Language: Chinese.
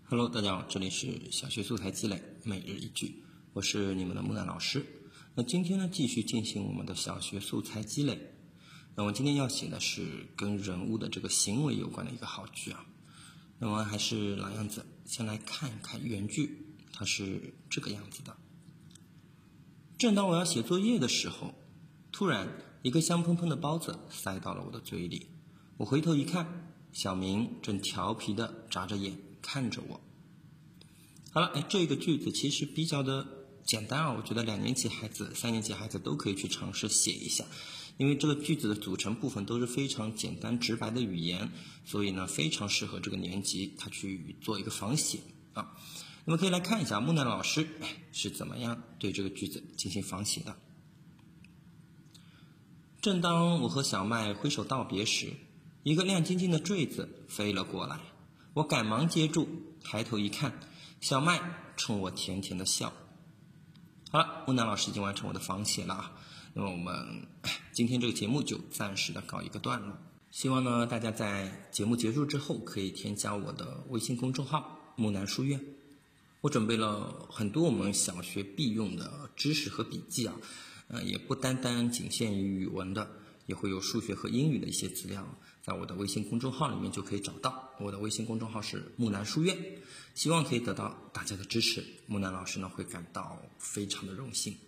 Hello， 大家好，这里是小学素材积累每日一句，我是你们的木兰老师。那今天呢，继续进行我们的小学素材积累。那我今天要写的是跟人物的这个行为有关的一个好句啊。那么还是老样子，先来看一看原句，它是这个样子的。正当我要写作业的时候，突然一个香喷喷的包子塞到了我的嘴里。我回头一看，小明正调皮地眨着眼看着我。好了，这个句子其实比较的简单啊，我觉得2年级孩子、3年级孩子都可以去尝试写一下，因为这个句子的组成部分都是非常简单直白的语言，所以呢非常适合这个年级他去做一个仿写啊。那么可以来看一下木兰老师是怎么样对这个句子进行仿写的。正当我和小麦挥手道别时，一个亮晶晶的坠子飞了过来，我赶忙接住，抬头一看，小麦冲我甜甜的笑。好了，木兰老师已经完成我的仿写了啊。那么我们今天这个节目就暂时的告一个段落。希望呢大家在节目结束之后可以添加我的微信公众号木兰书院。我准备了很多我们小学必用的知识和笔记啊，也不单单仅限于语文的，也会有数学和英语的一些资料，在我的微信公众号里面就可以找到。我的微信公众号是木兰书院，希望可以得到大家的支持，木兰老师呢会感到非常的荣幸。